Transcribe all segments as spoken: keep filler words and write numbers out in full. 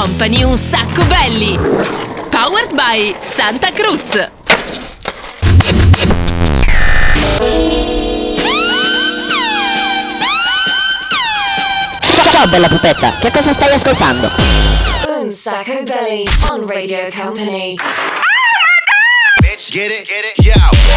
Company un sacco belli. Powered by Santa Cruz. Ciao bella pupetta, che cosa stai ascoltando? Un sacco belli on Radio Company. Bitch, get it, get it, yo.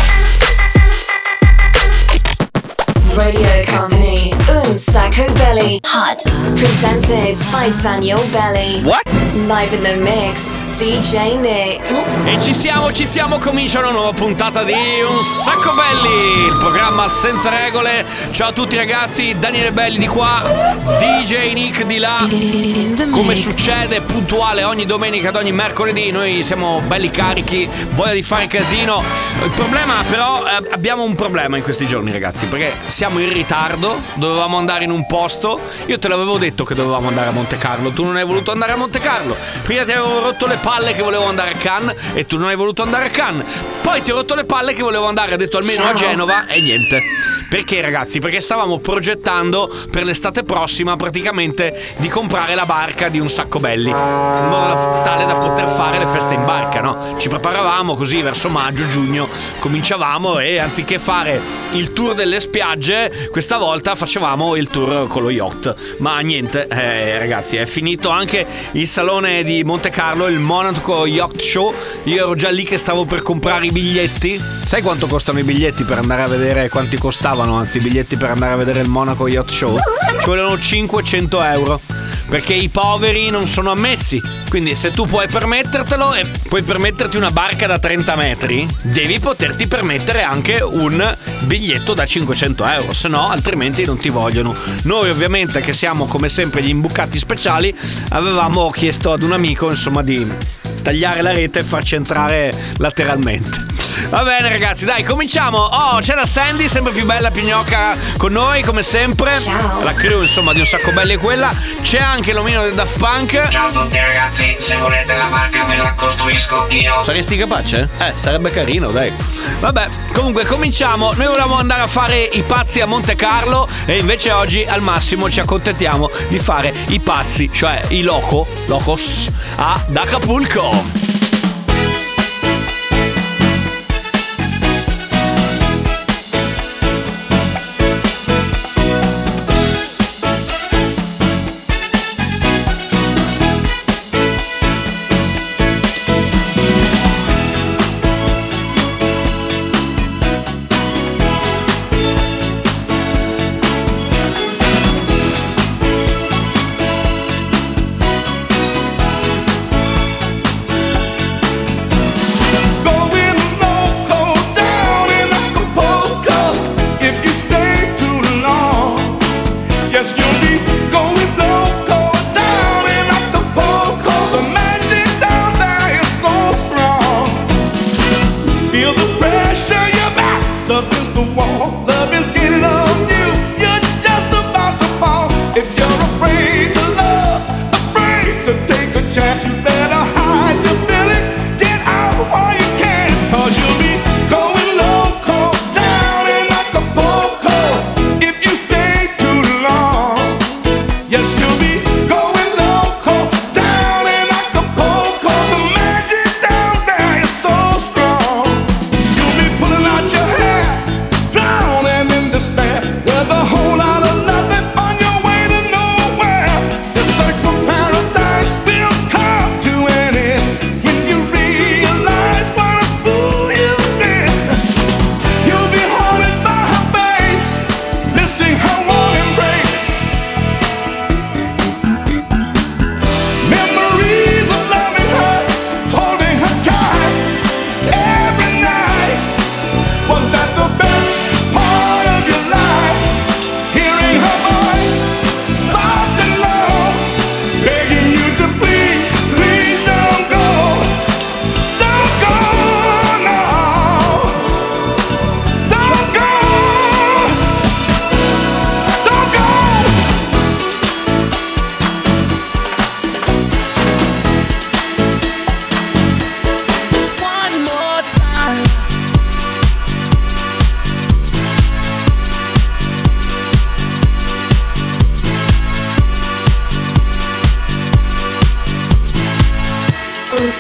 Radio Company, Un Sacco Belly. Hot. Presented by Daniel Belly. What? Live in the mix, D J Nick. Oops. E ci siamo, ci siamo, comincia una nuova puntata di Un Sacco Belli, il programma senza regole. Ciao a tutti ragazzi, Daniele Belli di qua, D J Nick di là. Come succede, puntuale ogni domenica ed ogni mercoledì, noi siamo belli carichi, voglia di fare casino. Il problema però, eh, abbiamo un problema in questi giorni ragazzi, perché siamo in ritardo, dovevamo andare in un posto. Io te l'avevo detto che dovevamo andare a Monte Carlo, tu non hai voluto andare a Monte Carlo. Prima ti avevo rotto le palle che volevo andare a Cannes e tu non hai voluto andare a Cannes. Poi ti ho rotto le palle che volevo andare, ha detto almeno a Genova, e niente. Perché ragazzi? Perché stavamo progettando per l'estate prossima praticamente di comprare la barca di Un Sacco Belli, in modo tale da poter fare le feste in barca, no? Ci preparavamo così verso maggio, giugno cominciavamo, e anziché fare il tour delle spiagge questa volta facevamo il tour con lo yacht. Ma niente, eh, ragazzi, è finito anche il salone di Monte Carlo, il Monaco Yacht Show. Io ero già lì che stavo per comprare i biglietti. Sai quanto costano i biglietti per andare a vedere, quanti costavano anzi i biglietti per andare a vedere il Monaco Yacht Show? Ci volevano cinquecento euro, perché i poveri non sono ammessi. Quindi se tu puoi permettertelo e puoi permetterti una barca da trenta metri, devi poterti permettere anche un biglietto da cinquecento euro, se no altrimenti non ti vogliono. Noi ovviamente, che siamo come sempre gli imbucati speciali, avevamo chiesto ad un amico insomma di tagliare la rete e farci entrare lateralmente. Va bene ragazzi, dai, cominciamo. Oh, c'è la Sandy, sempre più bella, più gnocca con noi come sempre. Ciao. La crew insomma di Un Sacco Belli è quella. C'è anche l'omino del Daft Punk. Ciao a tutti ragazzi, se volete la barca me la costruisco io. Saresti capace? Eh, sarebbe carino, dai. Vabbè, comunque cominciamo. Noi volevamo andare a fare i pazzi a Monte Carlo, e invece oggi al massimo ci accontentiamo di fare i pazzi, cioè i loco, locos, ad Acapulco.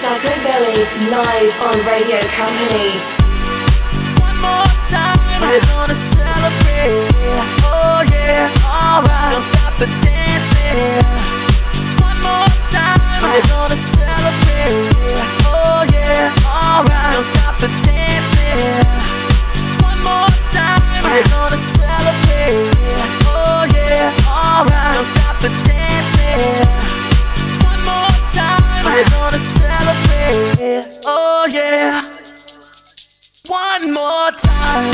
Sacco Belly, live on Radio Company. One more time, we're gonna celebrate. Oh yeah, alright, don't stop the dancing. One more time, we're gonna celebrate. Oh yeah, alright, don't stop the dancing. One more time, we're gonna celebrate. Oh yeah, alright, don't stop the dancing. One more time, we're gonna celebrate. Oh yeah. One more time.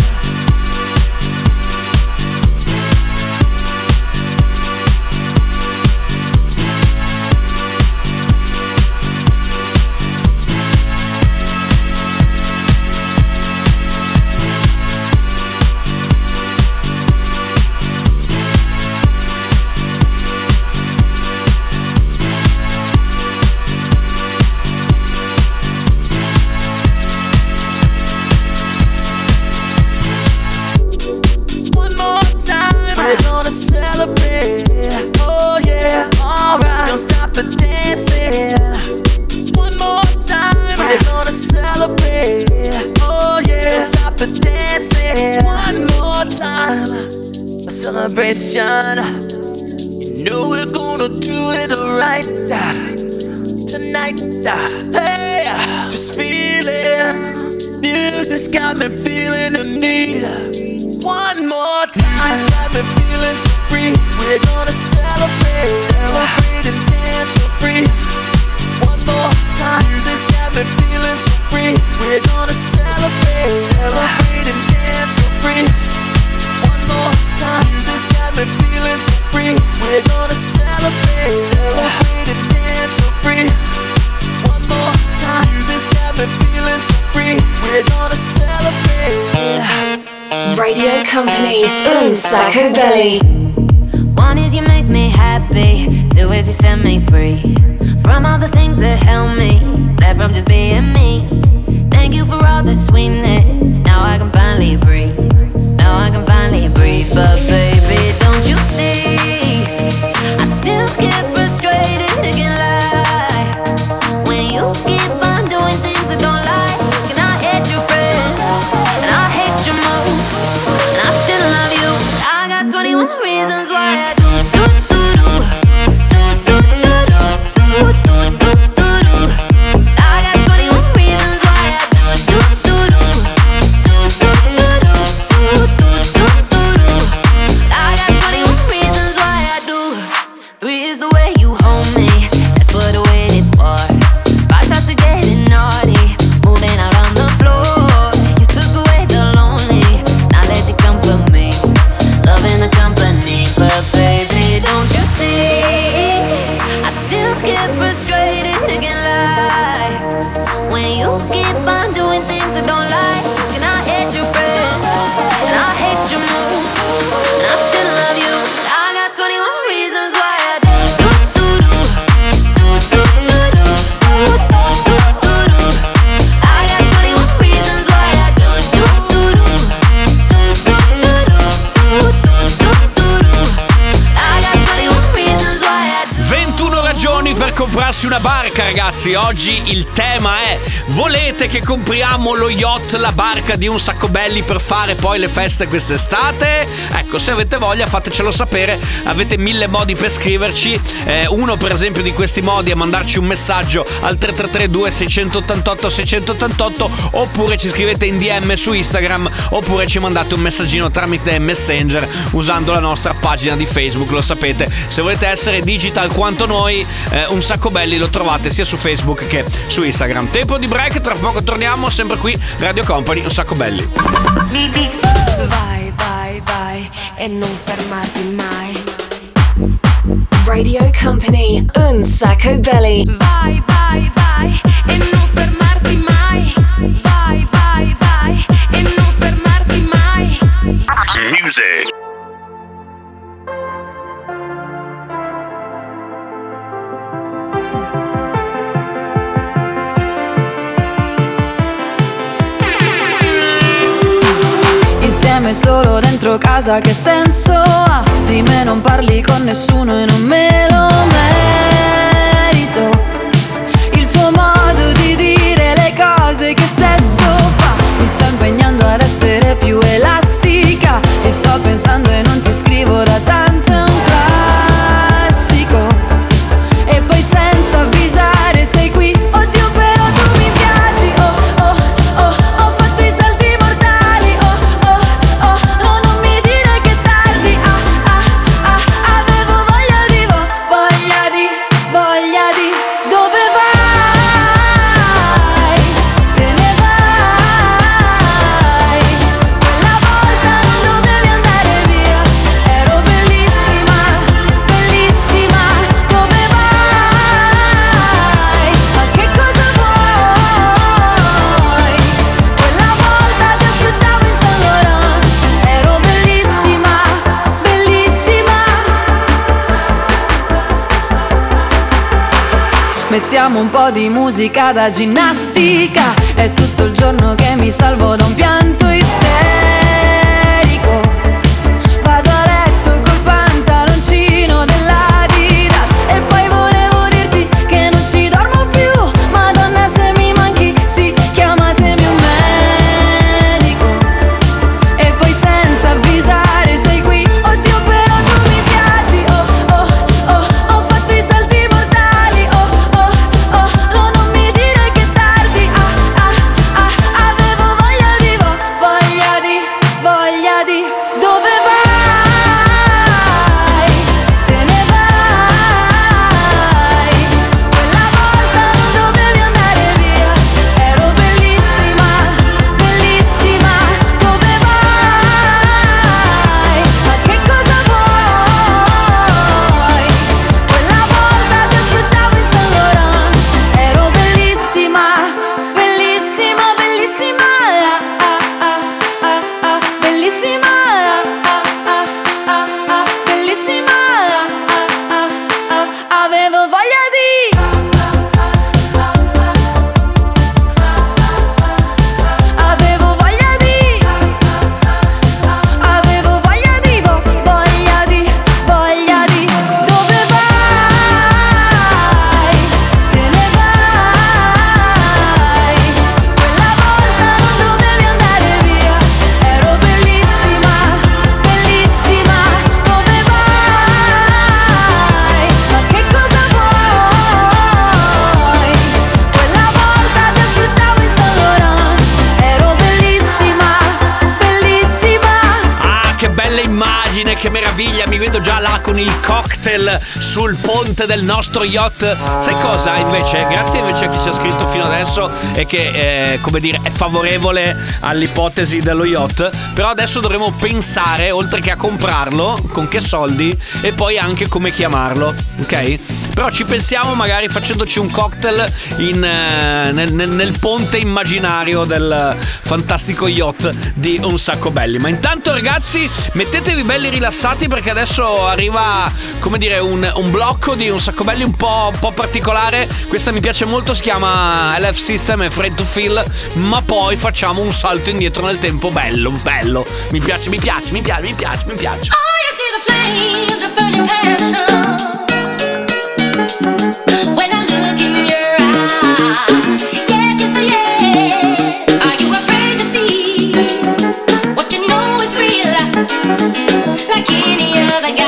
We're gonna celebrate. Oh yeah, alright. Don't stop the dancing. One more time. We're gonna celebrate. Oh yeah, don't stop the dancing. One more time. A celebration. You know we're gonna do it right tonight. Hey, just feel it. Music's got me feeling the need. One more time, it's got me feeling so free. We're gonna celebrate, celebrate and dance so free. One more time, music's got me feeling so free. We're gonna celebrate, celebrate and dance so free. One more time, music's got me feeling so free. We're gonna celebrate, celebrate and dance so free. One more time, music's got me feeling so free. We're gonna celebrate. Radio Company, Un Sacco Belly. One is you make me happy, two is you set me free from all the things that held me back from just being me. Thank you for all the sweetness, now I can finally breathe. Now I can finally breathe, but baby, don't you see, I still get frustrated, it can lie when you keep on doing things I don't like. And I hate your friends, and I hate your moves, and I still love you. I got twenty-one reasons why I do do do do do do do do do do do do. I got twenty-one reasons why I do do do do do do do do do do do. I got twenty-one reasons why I do. Three is the way you hold me, that's what I waited for. Five shots of getting naughty, moving out on the floor. You took away the lonely, now let you come for me. Loving the company, but baby, don't you see, I still get frustrated, it can lie when you keep on doing things I don't like. And I hate your friends, and I hate your moves, and I still love you. I got twenty-one reasons why I do do do do do do do do do do do. I got twenty-one reasons why I do do do do do do do do do do do. I got twenty-one reasons why I do. ventuno ragioni per comprarsi una barca, ragazzi. Oggi il tema è: volete che compriamo lo yacht, la barca di Un Sacco Belli per fare poi le feste quest'estate? Ecco, se avete voglia fatecelo sapere, avete mille modi per scriverci. eh, Uno per esempio di questi modi è mandarci un messaggio al tre tre tre due sei otto otto sei otto otto, oppure ci scrivete in D M su Instagram, oppure ci mandate un messaggino tramite Messenger usando la nostra pagina di Facebook. Lo sapete, se volete essere digital quanto noi, eh, Un Sacco Belli lo trovate sia su Facebook che su Instagram. Tempo di break, tra poco torniamo, sempre qui Radio Company, Un Sacco Belli. Vai, vai, vai e non fermarti mai. Radio Company, Un Sacco Belly. Vai, vai, vai e non fermarti mai. Vai, vai, vai e non fermarti mai. Music. Insieme solo dentro casa, che senso ha? Di me non parli con nessuno e non me lo merito. Il tuo modo di sto impegnando ad essere più elastica. Ti sto pensando e non ti scrivo da tanto, è un classico. E poi senza avvisare sei qui. Oddio però tu mi piaci, oh oh oh. Ho fatto i salti mortali, oh oh oh. No, non mi dire che è tardi, ah ah ah. Avevo voglia di, vo- voglia di, voglia di. Dove vai? Te ne vai. Quella volta non dovevi andare via. Ero bellissima, bellissima. Dove vai? Ma che cosa vuoi? Quella volta ti aspettavo in Saint Laurent. Ero bellissima, bellissima. Mettiamo un po' di musica da ginnastica. È tutto il giorno che mi salvo da un pianto isterico. Vado a letto col pantaloncino dell'Adidas. E poi volevo dirti che non ci dormo più. Madonna se mi manchi, sì, chiamatemi un medico. E poi senza avvisare sei qui. Oddio però tu mi piaci, oh oh oh. Ho fatto i salti mortali, oh oh oh. No, non mi dire che è tardi, ah ah ah. Avevo voglia di, vo- voglia di, voglia di. Dove vai? Te ne vai. Quella volta non dovevi andare via. Ero bellissima, bellissima. Dove vai? Ma che cosa vuoi? Quella volta ti aspettavo in Saint Laurent. Ero bellissima, bellissima, bellissima. Ah, ah, ah, ah, ah. Bellissima, ah, ah, ah, ah. Bellissima, ah, ah, ah. Avevo voglia di. Avevo voglia di. Avevo voglia di, vo- voglia di, voglia di. Dove vai? Te ne vai. Quella volta non dovevi andare via. Ero bellissima, bellissima. Dove vai? Ma che cosa vuoi? Quella volta ti aspettavo in Saint Laurent. Ero bellissima, bellissima. Ah, che bella immagine, che meraviglia. Mi vedo già là con il cocktail sul ponte del nostro yacht. Sai cosa invece? Grazie invece a chi ci ha scritto fino adesso e che eh, come dire è favorevole all'ipotesi dello yacht. Però adesso dovremo pensare, oltre che a comprarlo, con che soldi e poi anche come chiamarlo, ok? Però ci pensiamo magari facendoci un cocktail in, eh, nel, nel, nel ponte immaginario del fantastico yacht di Un Sacco Belli. Ma intanto ragazzi mettetevi belli rilassati perché adesso arriva, come dire, un, un blocco di Un Sacco Belli un po', un po' particolare. Questa mi piace molto, si chiama L F System e Afraid to Feel. Ma poi facciamo un salto indietro nel tempo bello, bello. Mi piace, mi piace, mi piace, mi piace, mi piace. Oh, you see the flames of burning passion when I look in your eyes. Yes, yes, yes. Are you afraid to feel what you know is real, like any other guy?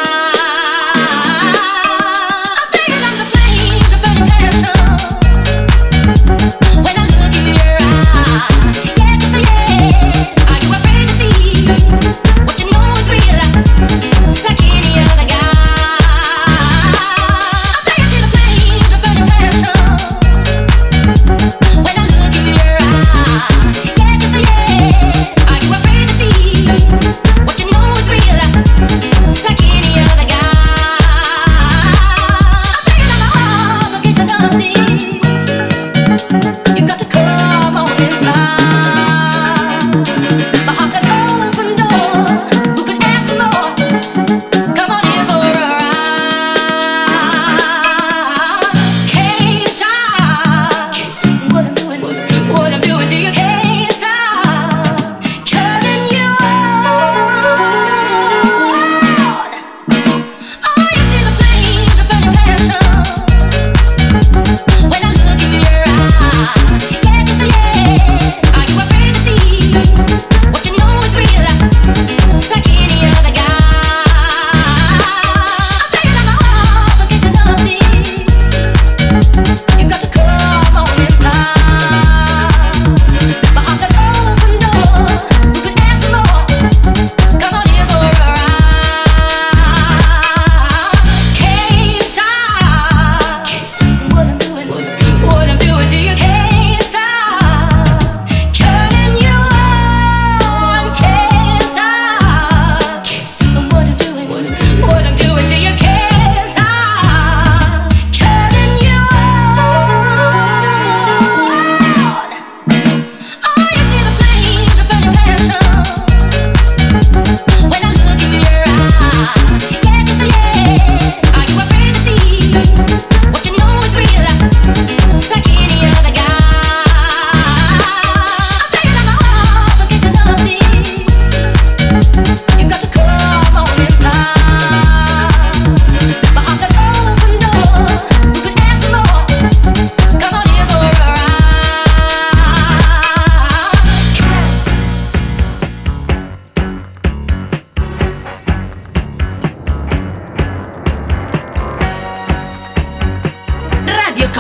I'm bigger than the flames of burning passion when I look in your eyes. Yes, yes, yes. Are you afraid to feel what you know is real, like any other guy?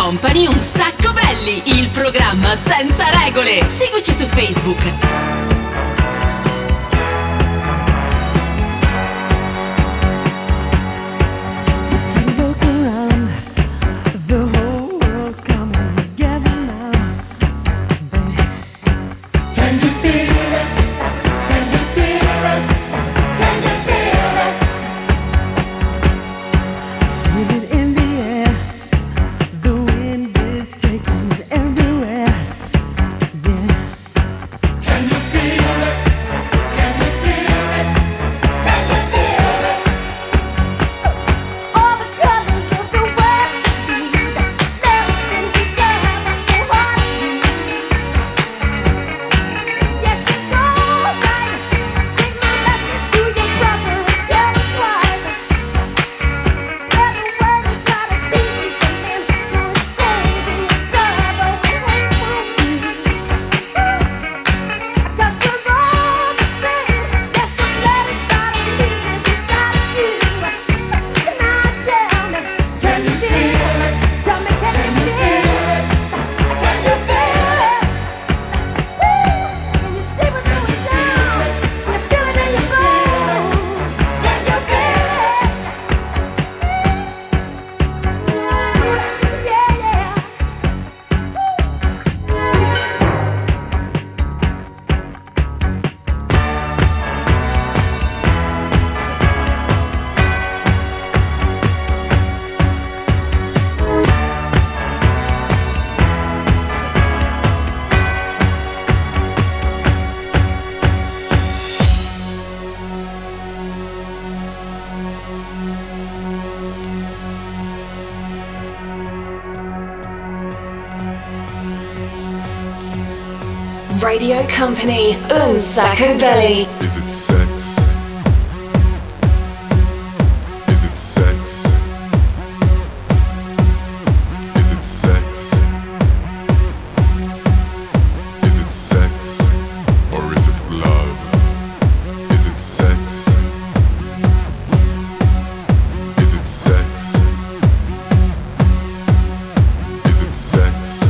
Company Un Sacco Belli, il programma senza regole. Seguici su Facebook. Radio Company Un Sacco Belly. Is it sex? Is it sex? Is it sex? Is it sex? Or is it love? Is it sex? Is it sex? Is it sex?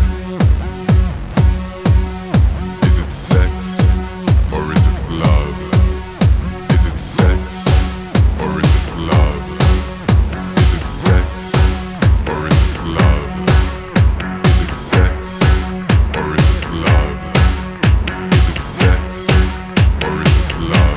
Is it sex? Or is it love? Is it sex? Or is it love? Is it sex? Or is it love? Is it sex? Or is it love? Is it sex? Or is it love?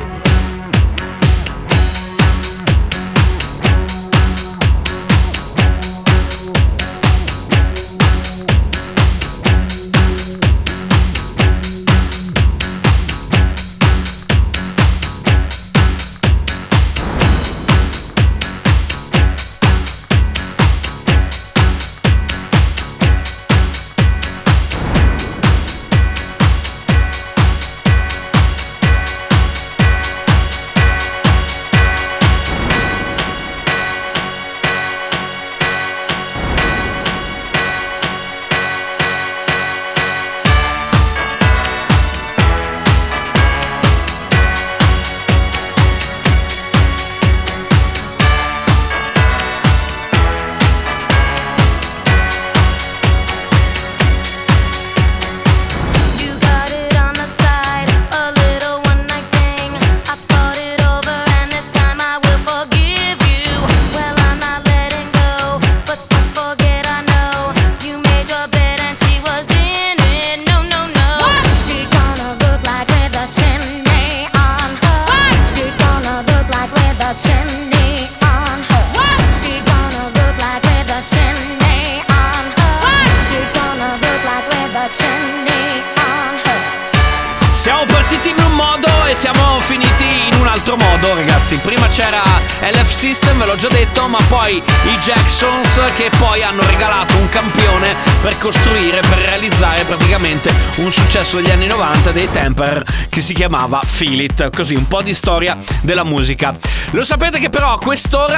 Siamo partiti in un modo e siamo finiti in un altro modo, ragazzi. Prima c'era L F System, ve l'ho già detto, ma poi i Jacksons, che poi hanno regalato un campione per costruire, per realizzare praticamente un successo degli anni novanta dei Temper che si chiamava Feel It. Così un po' di storia della musica. Lo sapete che però a quest'ora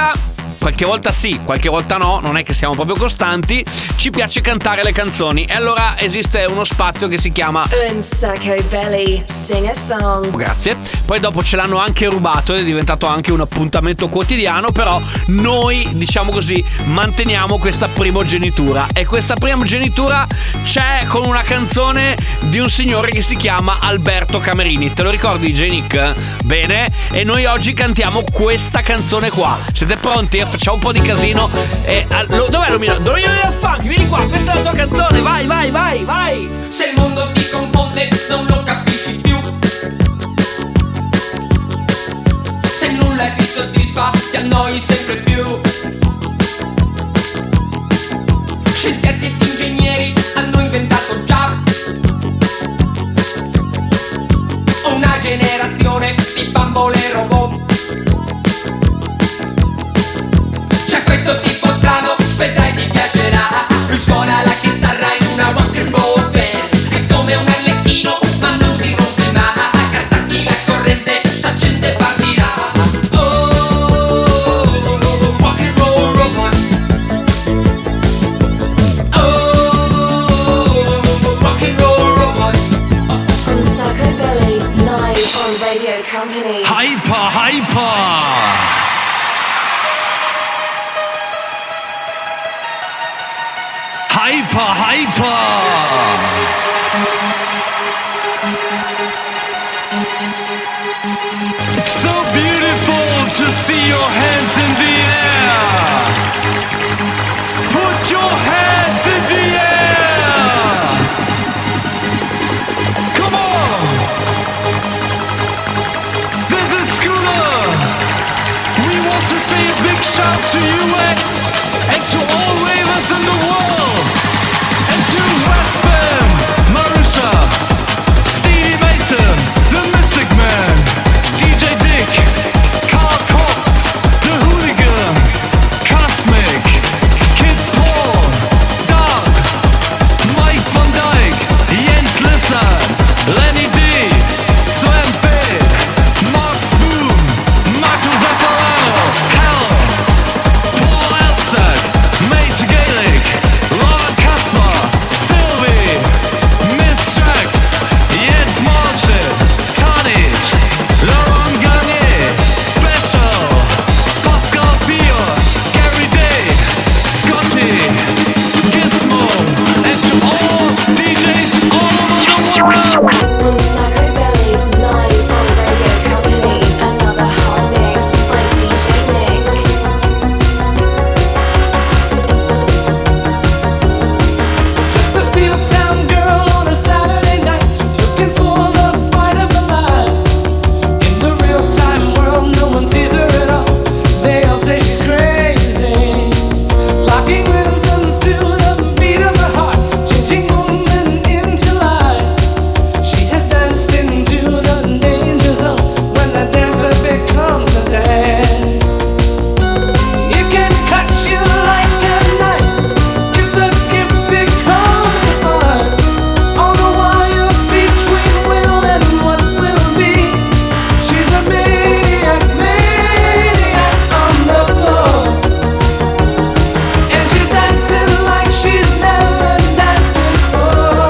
qualche volta sì, qualche volta no, non è che siamo proprio costanti, ci piace cantare le canzoni e allora esiste uno spazio che si chiama Un Sacco Belly, sing a song. Grazie. Poi dopo ce l'hanno anche rubato ed è diventato anche un appuntamento quotidiano, però noi, diciamo così, manteniamo questa primogenitura e questa primogenitura c'è con una canzone di un signore che si chiama Alberto Camerini. Te lo ricordi, D J Nick? Bene, e noi oggi cantiamo questa canzone qua. Siete pronti? Facciamo un po' di casino e allo, dov'è l'omino? Dove io del funk? Vieni qua, questa è la tua canzone, vai, vai, vai, vai. Se il mondo ti confonde non lo capisci più, se nulla ti soddisfa ti annoi sempre più. Scienziati ed ingegneri hanno inventato già una generazione di bambole robot. C'è questo tipo strano, vedrai ti piacerà. Lui suona la chitarra in una rock and roll band. È come un arlecchino ma non si rompe mai. Attacchi la corrente, s'accende e partirà. Oh, rock and roll robot. Oh, rock and roll robot. Un Sacco Belly, live on Radio Company. Hyper, hyper. Hyper, hyper. It's so beautiful to see your hands in the air. Put your hands in the air. Come on. This is Scooter. We want to say a big shout to U X and to all ravers in the world. And to Westman, Marusha, Stevie Mason, the Mystic Man, D J Dick, Carl Cox, the Hooligan, Cosmic, Kid Paul, Doug, Mike Van Dyke, Jens Lissard, Lenny D, Slam Fade, Mark Spoon, Michael Zaparano, Hell, Paul Elsack, Mate Gaelic, Laura Kasper, Sylvie, Miss Jax, Jens Marshall, Tonnage, Laurent Garnier, Special, Pascal Pios, Gary Day, Scotty, Gizmo, and to all D Js all over the world. Un Sacco Belly, live on Radio Company. Another hot mix by D J Nick. Just a steel town girl on a Saturday night, looking for the fight of her life. In the real time world, no one sees her at all. They all say she's crazy, locking rhythms to the beat of her heart, changing woman into life. She has danced into the danger zone when the dancer becomes the dance. It can cut you like a knife if the gift becomes the fire. On the wire between will and what will be. She's a maniac, maniac on the floor. And she's dancing like she's never danced before.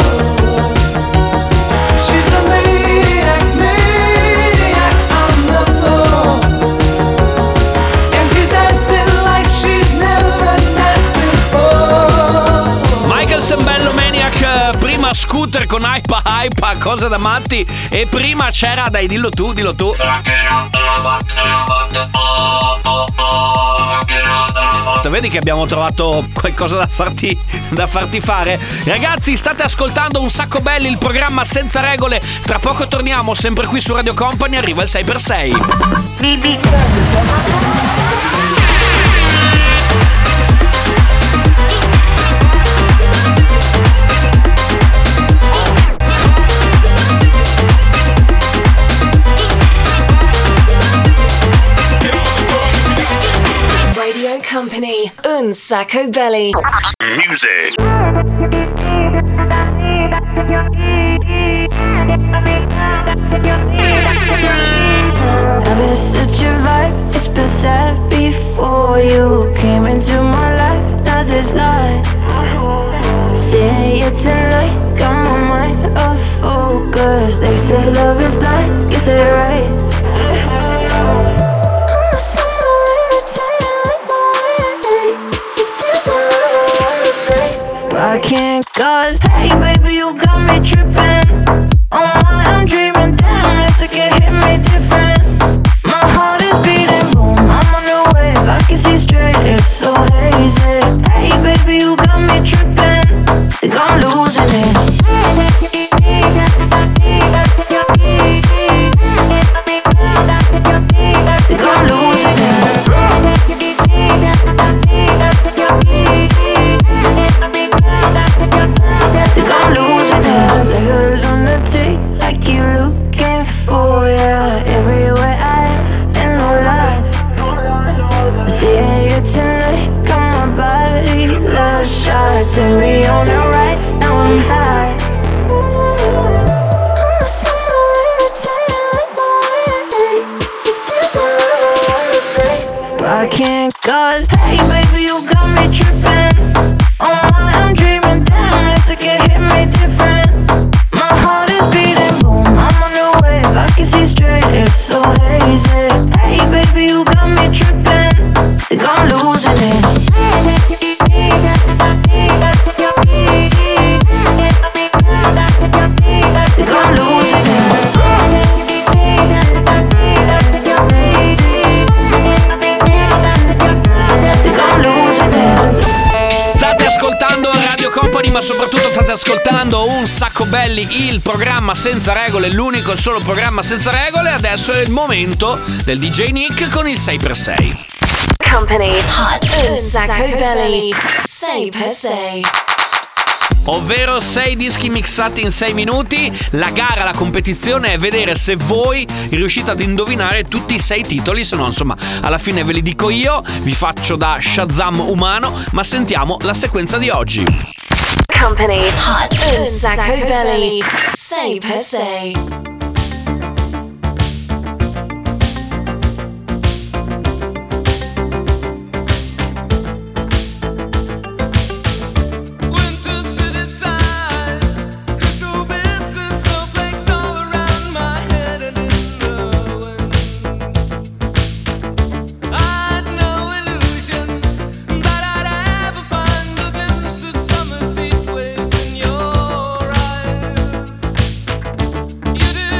She's a maniac, maniac on the floor. And she's dancing like she's never danced before. Michael Sembello Maniac, eh, prima Scooter con Hypa Hypa, cose da matti, e prima c'era, dai dillo tu, dillo tu. Vedi che abbiamo trovato qualcosa da farti, da farti fare? Ragazzi, state ascoltando Un Sacco Belli, il programma senza regole. Tra poco torniamo, sempre qui su Radio Company, arriva il sei per sei. Radio Company, Un Sacco Belly. Music. I miss such a vibe. It's just been sad before you came into my life. Now there's light. Seeing you tonight got my mind off focus. They say love is blind, guess they're right. I can't cause, hey baby, you got me tripping. Oh my, I'm dreaming, damn, it's like it hit me different. My heart is beating, boom, I'm on the wave, I can see straight, it's so hazy. Hey baby, you got me tripping, think I'm losing it. Think I'm losing it. I keep looking for you everywhere I am, and no lie. Seeing you tonight, got my body bloodshot. Take me on the right, now I'm high. But I can't cause, hey baby, you got me tripping. Oh my, I'm dreaming, damn, it's like it hit me different. My heart is beating, boom, I'm on the wave, I can see straight, it's so hazy. Hey baby, you got me tripping, think I'm losing it. Think I'm losing it. Think I'm losing it. State ascoltando Radio Company, ma soprattutto state ascoltando Un Sacco Belli, il programma senza regole, l'unico e solo programma senza regole. Adesso è il momento del D J Nick con il sei per sei. Company Hot Un Sacco Belli sei per sei. Ovvero sei dischi mixati in sei minuti. La gara, la competizione è vedere se voi riuscite ad indovinare tutti i sei titoli. Se no, insomma, alla fine ve li dico io. Vi faccio da Shazam umano. Ma sentiamo la sequenza di oggi. Company Hot Un Sacco Belli sei per sei. You do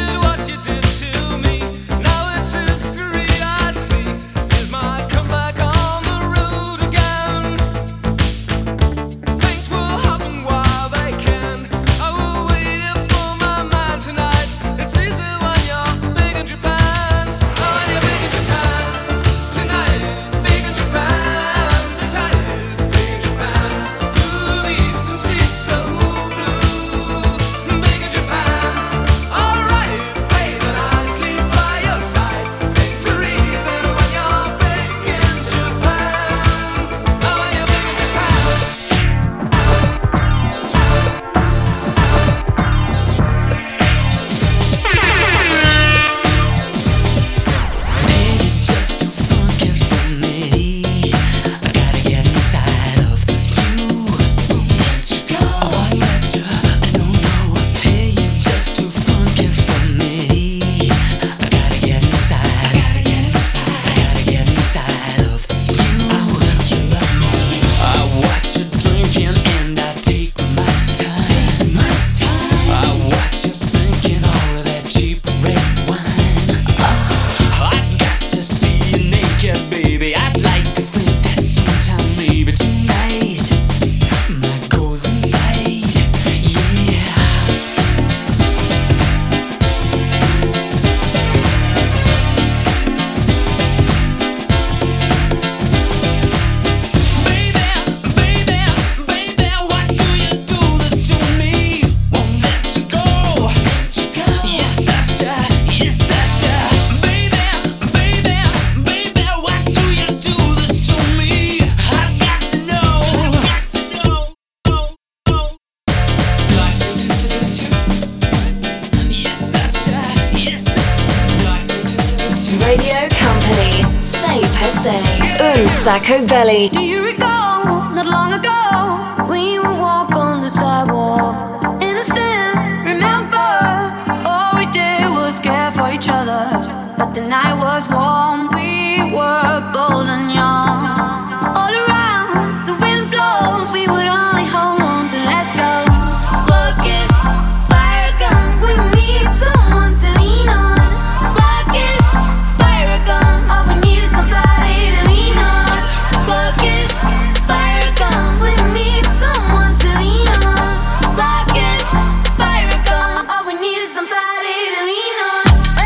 Sacco Belly. Do you recall, not long ago, we would walk on the sidewalk? Innocent, remember, all we did was care for each other. But the night was warm, we were bold and young. All around, the wind blows, we would only hold on to let go. Blood kiss, fire gun, we need someone to lean on. Blood kiss, fire gun, all we need is somebody to lean on. Blood kiss, fire gun, we need someone to lean on. Blood kiss, fire gun, all we need is somebody to lean on.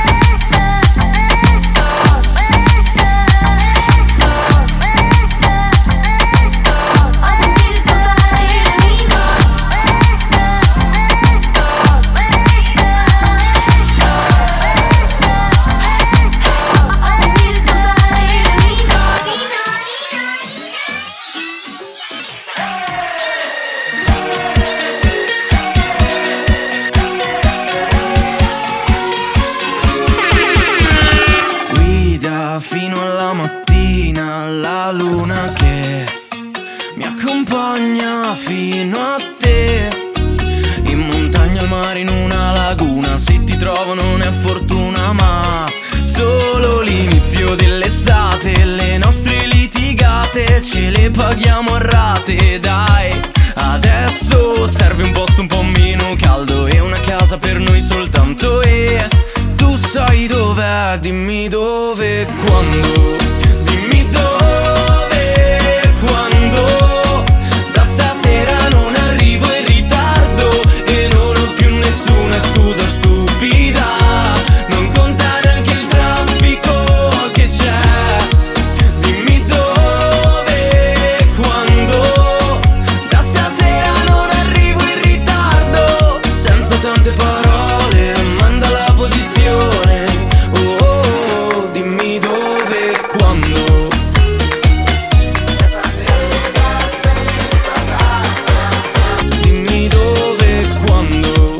Guida fino alla mattina la luna che mi accompagna fino a te. In montagna, al mare, in una laguna, se ti trovo non è fortuna ma solo l'inizio dell'estate. Le nostre litigate ce le paghiamo a rate, dai. Adesso serve un posto un po' meno caldo e una casa per noi soltanto. E tu sai dov'è, dimmi dove, quando. Dimmi dove, quando. Da stasera non arrivo in ritardo e non ho più nessuna scusa stupida. Non conta neanche il traffico che c'è. Dimmi dove, quando. Da stasera non arrivo in ritardo. Senza tante parole, manda la posizione. Oh, oh, oh, dimmi dove, quando. Dimmi dove, quando.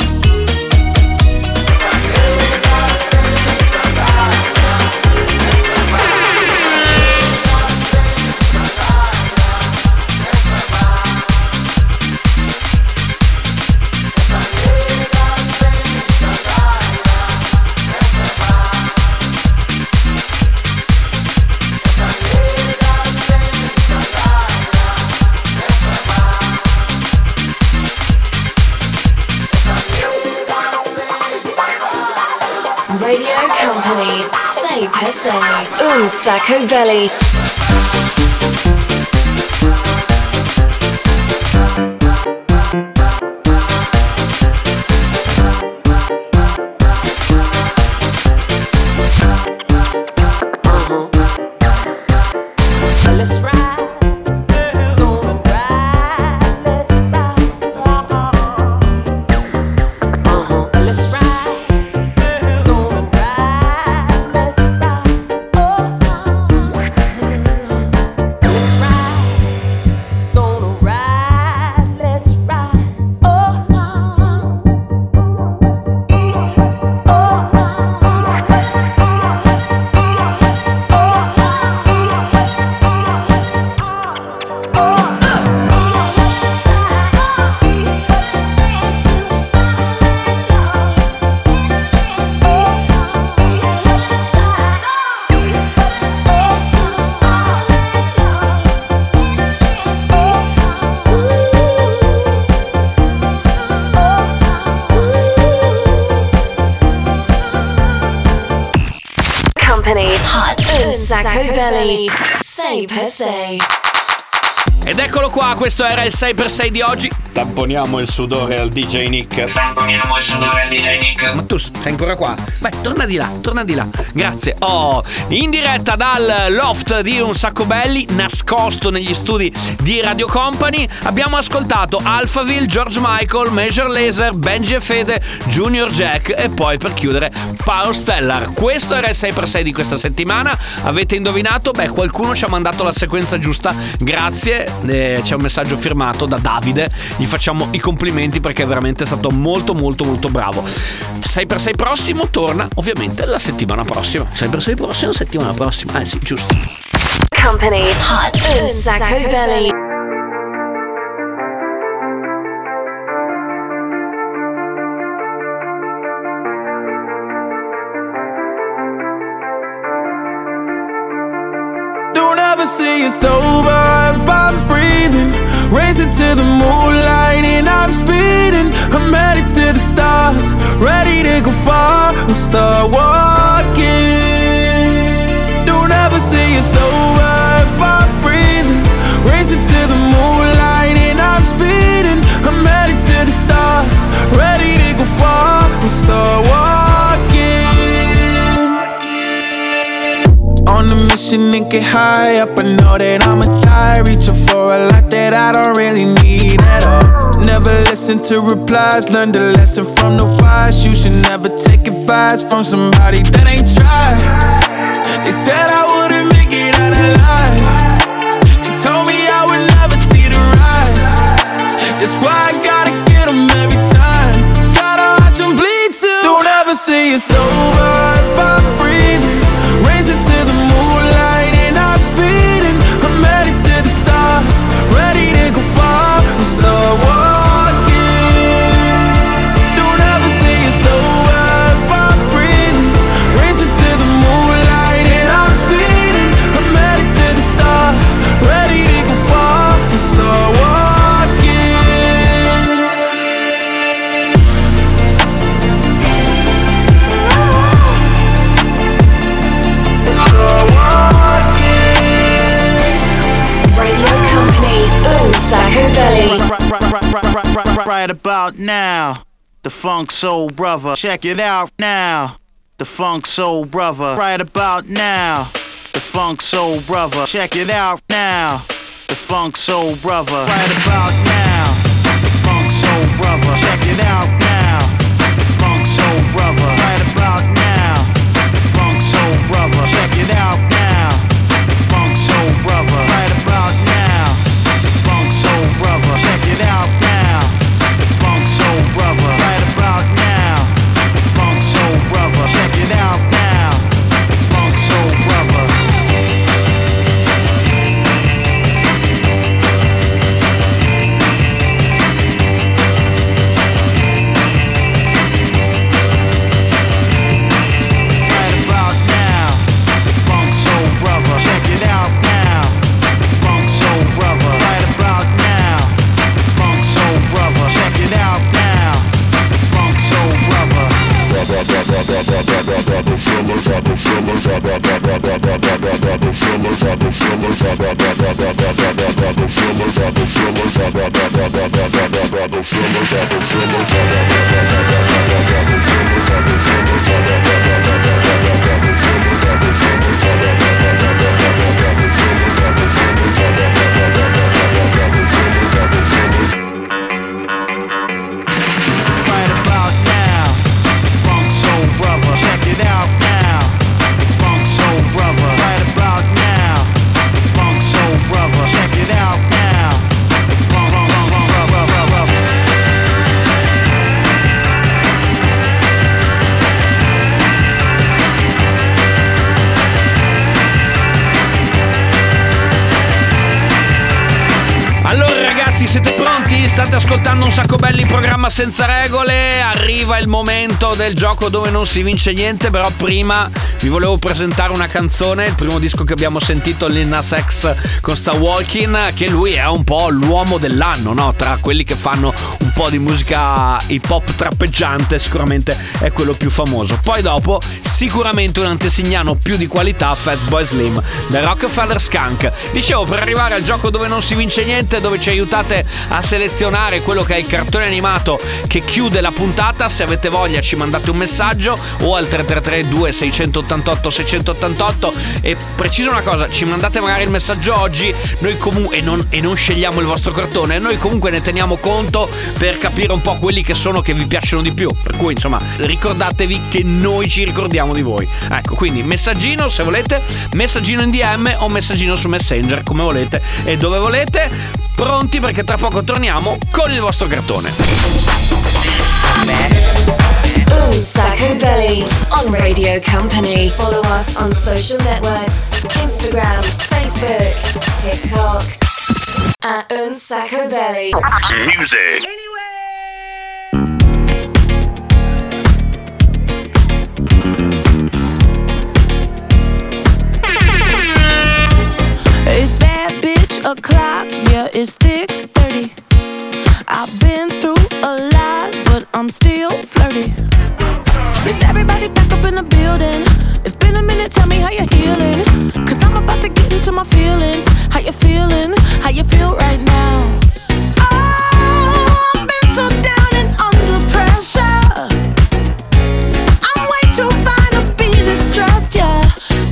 Radio Company, sei per sei, un Sacco Belly. Let's ride, gonna ride, let's ride, uh-huh. Let's ride, gonna ride, let's ride, oh. Let's ride, gonna ride, let's ride, oh. Company, hot un Sacco Belly, sei per sei. Ed eccolo qua, questo era il sei per sei di oggi. Tamponiamo il sudore al D J Nick. Tamponiamo il sudore al D J Nick. Ma tu sei ancora qua? Beh, torna di là, torna di là. Grazie. Oh, in diretta dal loft di Un Sacco Belli, nascosto negli studi di Radio Company, abbiamo ascoltato Alphaville, George Michael, Major Lazer, Benji e Fede, Junior Jack e poi per chiudere Power Stellar. Questo era il sei per sei di questa settimana. Avete indovinato? Beh, qualcuno ci ha mandato la sequenza giusta. Grazie. Eh, c'è un messaggio firmato da Davide. Gli facciamo i complimenti perché è veramente stato molto molto molto bravo. sei per sei prossimo torna ovviamente la settimana prossima. sei per sei prossimo settimana prossima. Eh sì, giusto. Company, Hot un sacco belly. Don't ever say it's over if I'm breathing. Racing to the moonlight and I'm speeding. I'm headed to the stars, ready to go far. I'm start walking. Don't ever say it's over if I'm breathing. Racing to the moonlight and I'm speeding. I'm headed to the stars, ready to go far. I'm start walking. On a mission and get high up, I know that I'ma die. Reaching for a lot that I don't really need at all. Never listen to replies, learn the lesson from the wise. You should never take advice from somebody that ain't tried. They said I wouldn't make it out alive. They told me I would never see the rise. That's why I gotta get them every time. Gotta watch them bleed too. Don't ever say it's over if I'm breathing. Racing to the moonlight and I'm speeding. I'm headed to the stars, ready to go far. I'm start walking. Don't ever say it's over if I'm breathing. Racing to the moonlight and I'm speeding. I'm headed to the stars, ready to go far. I'm start walking. Radio Company, un sacco belly. Right about now, the Funk Soul Brother. Check it out now, the Funk Soul Brother. Right about now, the Funk Soul Brother. Check it out now, the Funk Soul Brother. Right about now, the Funk Soul Brother. Check it out now, the Funk Soul Brother. Right about now, the Funk Soul Brother. Check it out now, the Funk Soul Brother. Right about now, the Funk Soul Brother. Check it out now, the Funk Soul Brother. Right about now, the Funk Soul Brother. Check it out now, the Funk Soul Brother. Siete pronti? State ascoltando Un Sacco Belli, programma senza regole. Arriva il momento del gioco dove non si vince niente. Però prima vi volevo presentare una canzone, il primo disco che abbiamo sentito, Lil Nas X con Star Walking, che lui è un po' l'uomo dell'anno, no? Tra quelli che fanno un po' di musica hip hop trappeggiante sicuramente è quello più famoso. Poi dopo sicuramente un antesignano più di qualità, Fatboy Slim, The Rockefeller Skunk. Dicevo, per arrivare al gioco dove non si vince niente, dove ci aiutate a selezionare quello che è il cartone animato che chiude la puntata, se avete voglia ci mandate un messaggio o al tre tre tre due sei otto otto sei otto otto. E preciso una cosa, ci mandate magari il messaggio oggi, noi comunque e non, e non scegliamo il vostro cartone, noi comunque ne teniamo conto per capire un po' quelli che sono che vi piacciono di più, per cui insomma ricordatevi che noi ci ricordiamo di voi. Ecco, quindi messaggino se volete, messaggino in D M o messaggino su Messenger, come volete e dove volete. Pronti, perché tra poco torniamo con il vostro cartone. Un Un Sacco Belly on Radio Company. Follow us on social networks, Instagram, Facebook, TikTok at Un Sacco Belly. Music. It's bad bitch o'clock, yeah, it's thick thirty. I've been through a lot, but I'm still flirty. Is everybody back up in the building? It's been a minute, tell me how you're healing. Cause I'm about to get into my feelings. How you feeling? How you feel right now? Oh, I've been so down and under pressure. I'm way too fine to be this stressed, yeah.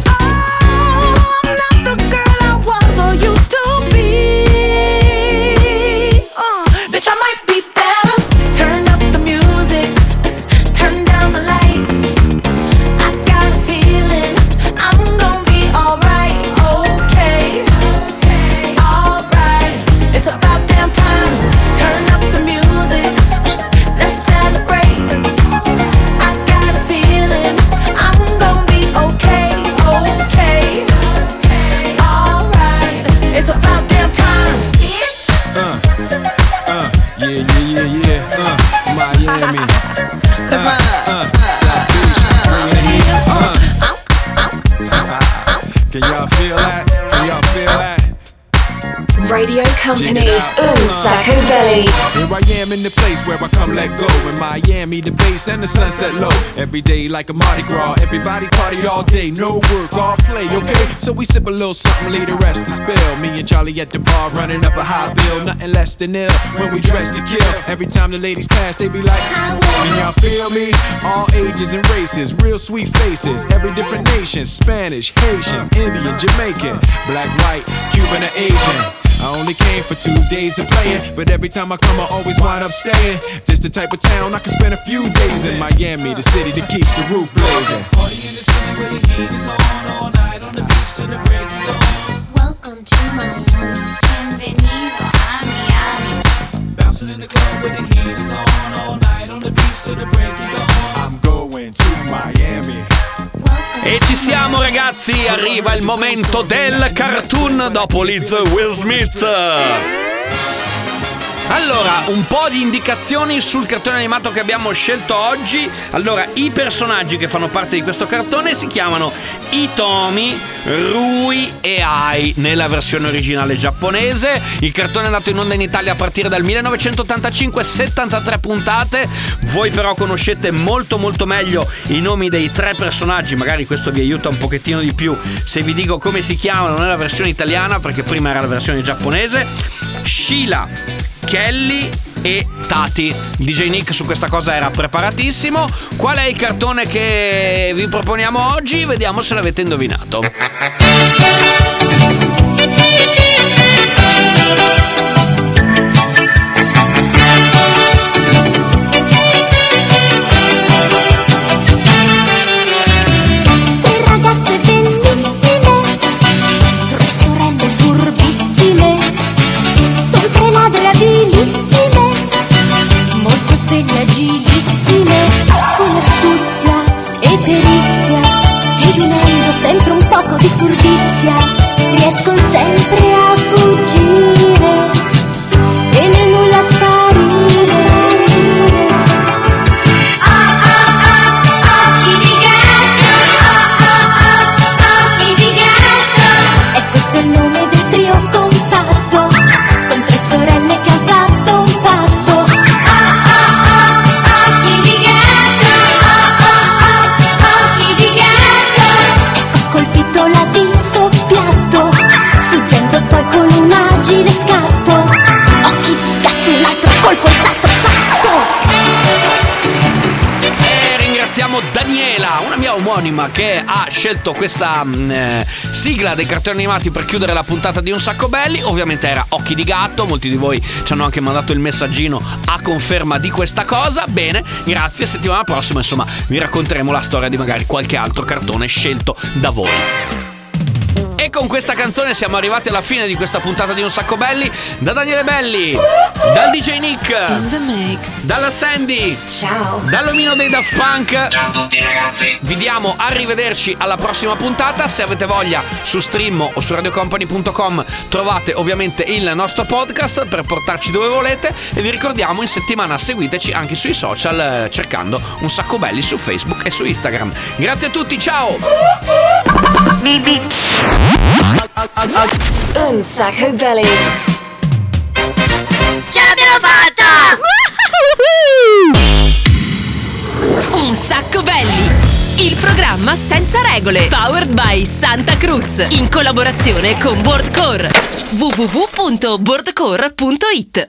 Radio Company, Un Sacco Belly. Here I am in the place where I come let go. In Miami, the bass and the sunset low. Every day like a Mardi Gras. Everybody party all day, no work, all play, okay? So we sip a little something, leave the rest to spill. Me and Charlie at the bar running up a high bill. Nothing less than ill when we dress to kill. Every time the ladies pass, they be like, can y'all feel me? All ages and races, real sweet faces. Every different nation, Spanish, Haitian, Indian, Jamaican, black, white, Cuban, or Asian. I only came for two days of playing, but every time I come I always wind up staying. This the type of town I can spend a few days in. Miami, the city that keeps the roof blazing. Party in the city where the heat is on, all night on the beach till the break of dawn. Welcome to Miami, bienvenido a Miami. Bouncing in the club where the heat is on, all night on the beach till the break of dawn. I'm going to Miami. E ci siamo ragazzi, arriva il momento del cartoon dopo Liz e Will Smith. Allora, un po' di indicazioni sul cartone animato che abbiamo scelto oggi. Allora, i personaggi che fanno parte di questo cartone si chiamano Hitomi, Rui e Ai nella versione originale giapponese. Il cartone è andato in onda in Italia a partire dal millenovecentottantacinque, settantatré puntate. Voi però conoscete molto molto meglio i nomi dei tre personaggi, magari questo vi aiuta un pochettino di più se vi dico come si chiamano nella versione italiana, perché prima era la versione giapponese. Sheila, Kelly e Tati. Il D J Nick su questa cosa era preparatissimo. Qual è il cartone che vi proponiamo oggi? Vediamo se l'avete indovinato. Tre ragazze bellissime, tre sorelle furbissime, sono tre ladre abilissime, molto sveglie agilissime, con astuzia e perizia, ed unendo sempre un poco di furbizia, riescono sempre a fuggire e nel nulla sparire. Ah ah ah, occhi di gatto, ah ah ah, occhi di gatto. E questo è il nome del trio compatto, son tre sorelle che han fatto un patto. Ah ah ah, occhi di gatto, ah ah ah, occhi di gatto. Ecco ha colpito la di soppiatto, fuggendo poi con un agile scatto. Occhi di gatto, un altro colpo è stato fatto. E ringraziamo Daniela, una mia omonima, che ha scelto questa mh, eh, sigla dei cartoni animati per chiudere la puntata di Un Sacco Belli. Ovviamente era Occhi di Gatto. Molti di voi ci hanno anche mandato il messaggino a conferma di questa cosa. Bene, grazie. Settimana prossima insomma vi racconteremo la storia di magari qualche altro cartone scelto da voi. E E con questa canzone siamo arrivati alla fine di questa puntata di Un Sacco Belli. Da Daniele Belli, dal D J Nick, dalla Sandy, ciao, dall'omino dei Daft Punk, ciao a tutti ragazzi. vi diamo arrivederci alla prossima puntata. Se avete voglia, su Stream o su radio company punto com trovate ovviamente il nostro podcast per portarci dove volete. E vi ricordiamo, in settimana seguiteci anche sui social eh, cercando Un Sacco Belli su Facebook e su Instagram. Grazie a tutti, ciao. Un Sacco Belly. Ce l'abbiamo fatta! Un Sacco Belli, il programma senza regole, powered by Santa Cruz, in collaborazione con Boardcore. w w w punto boardcore punto it.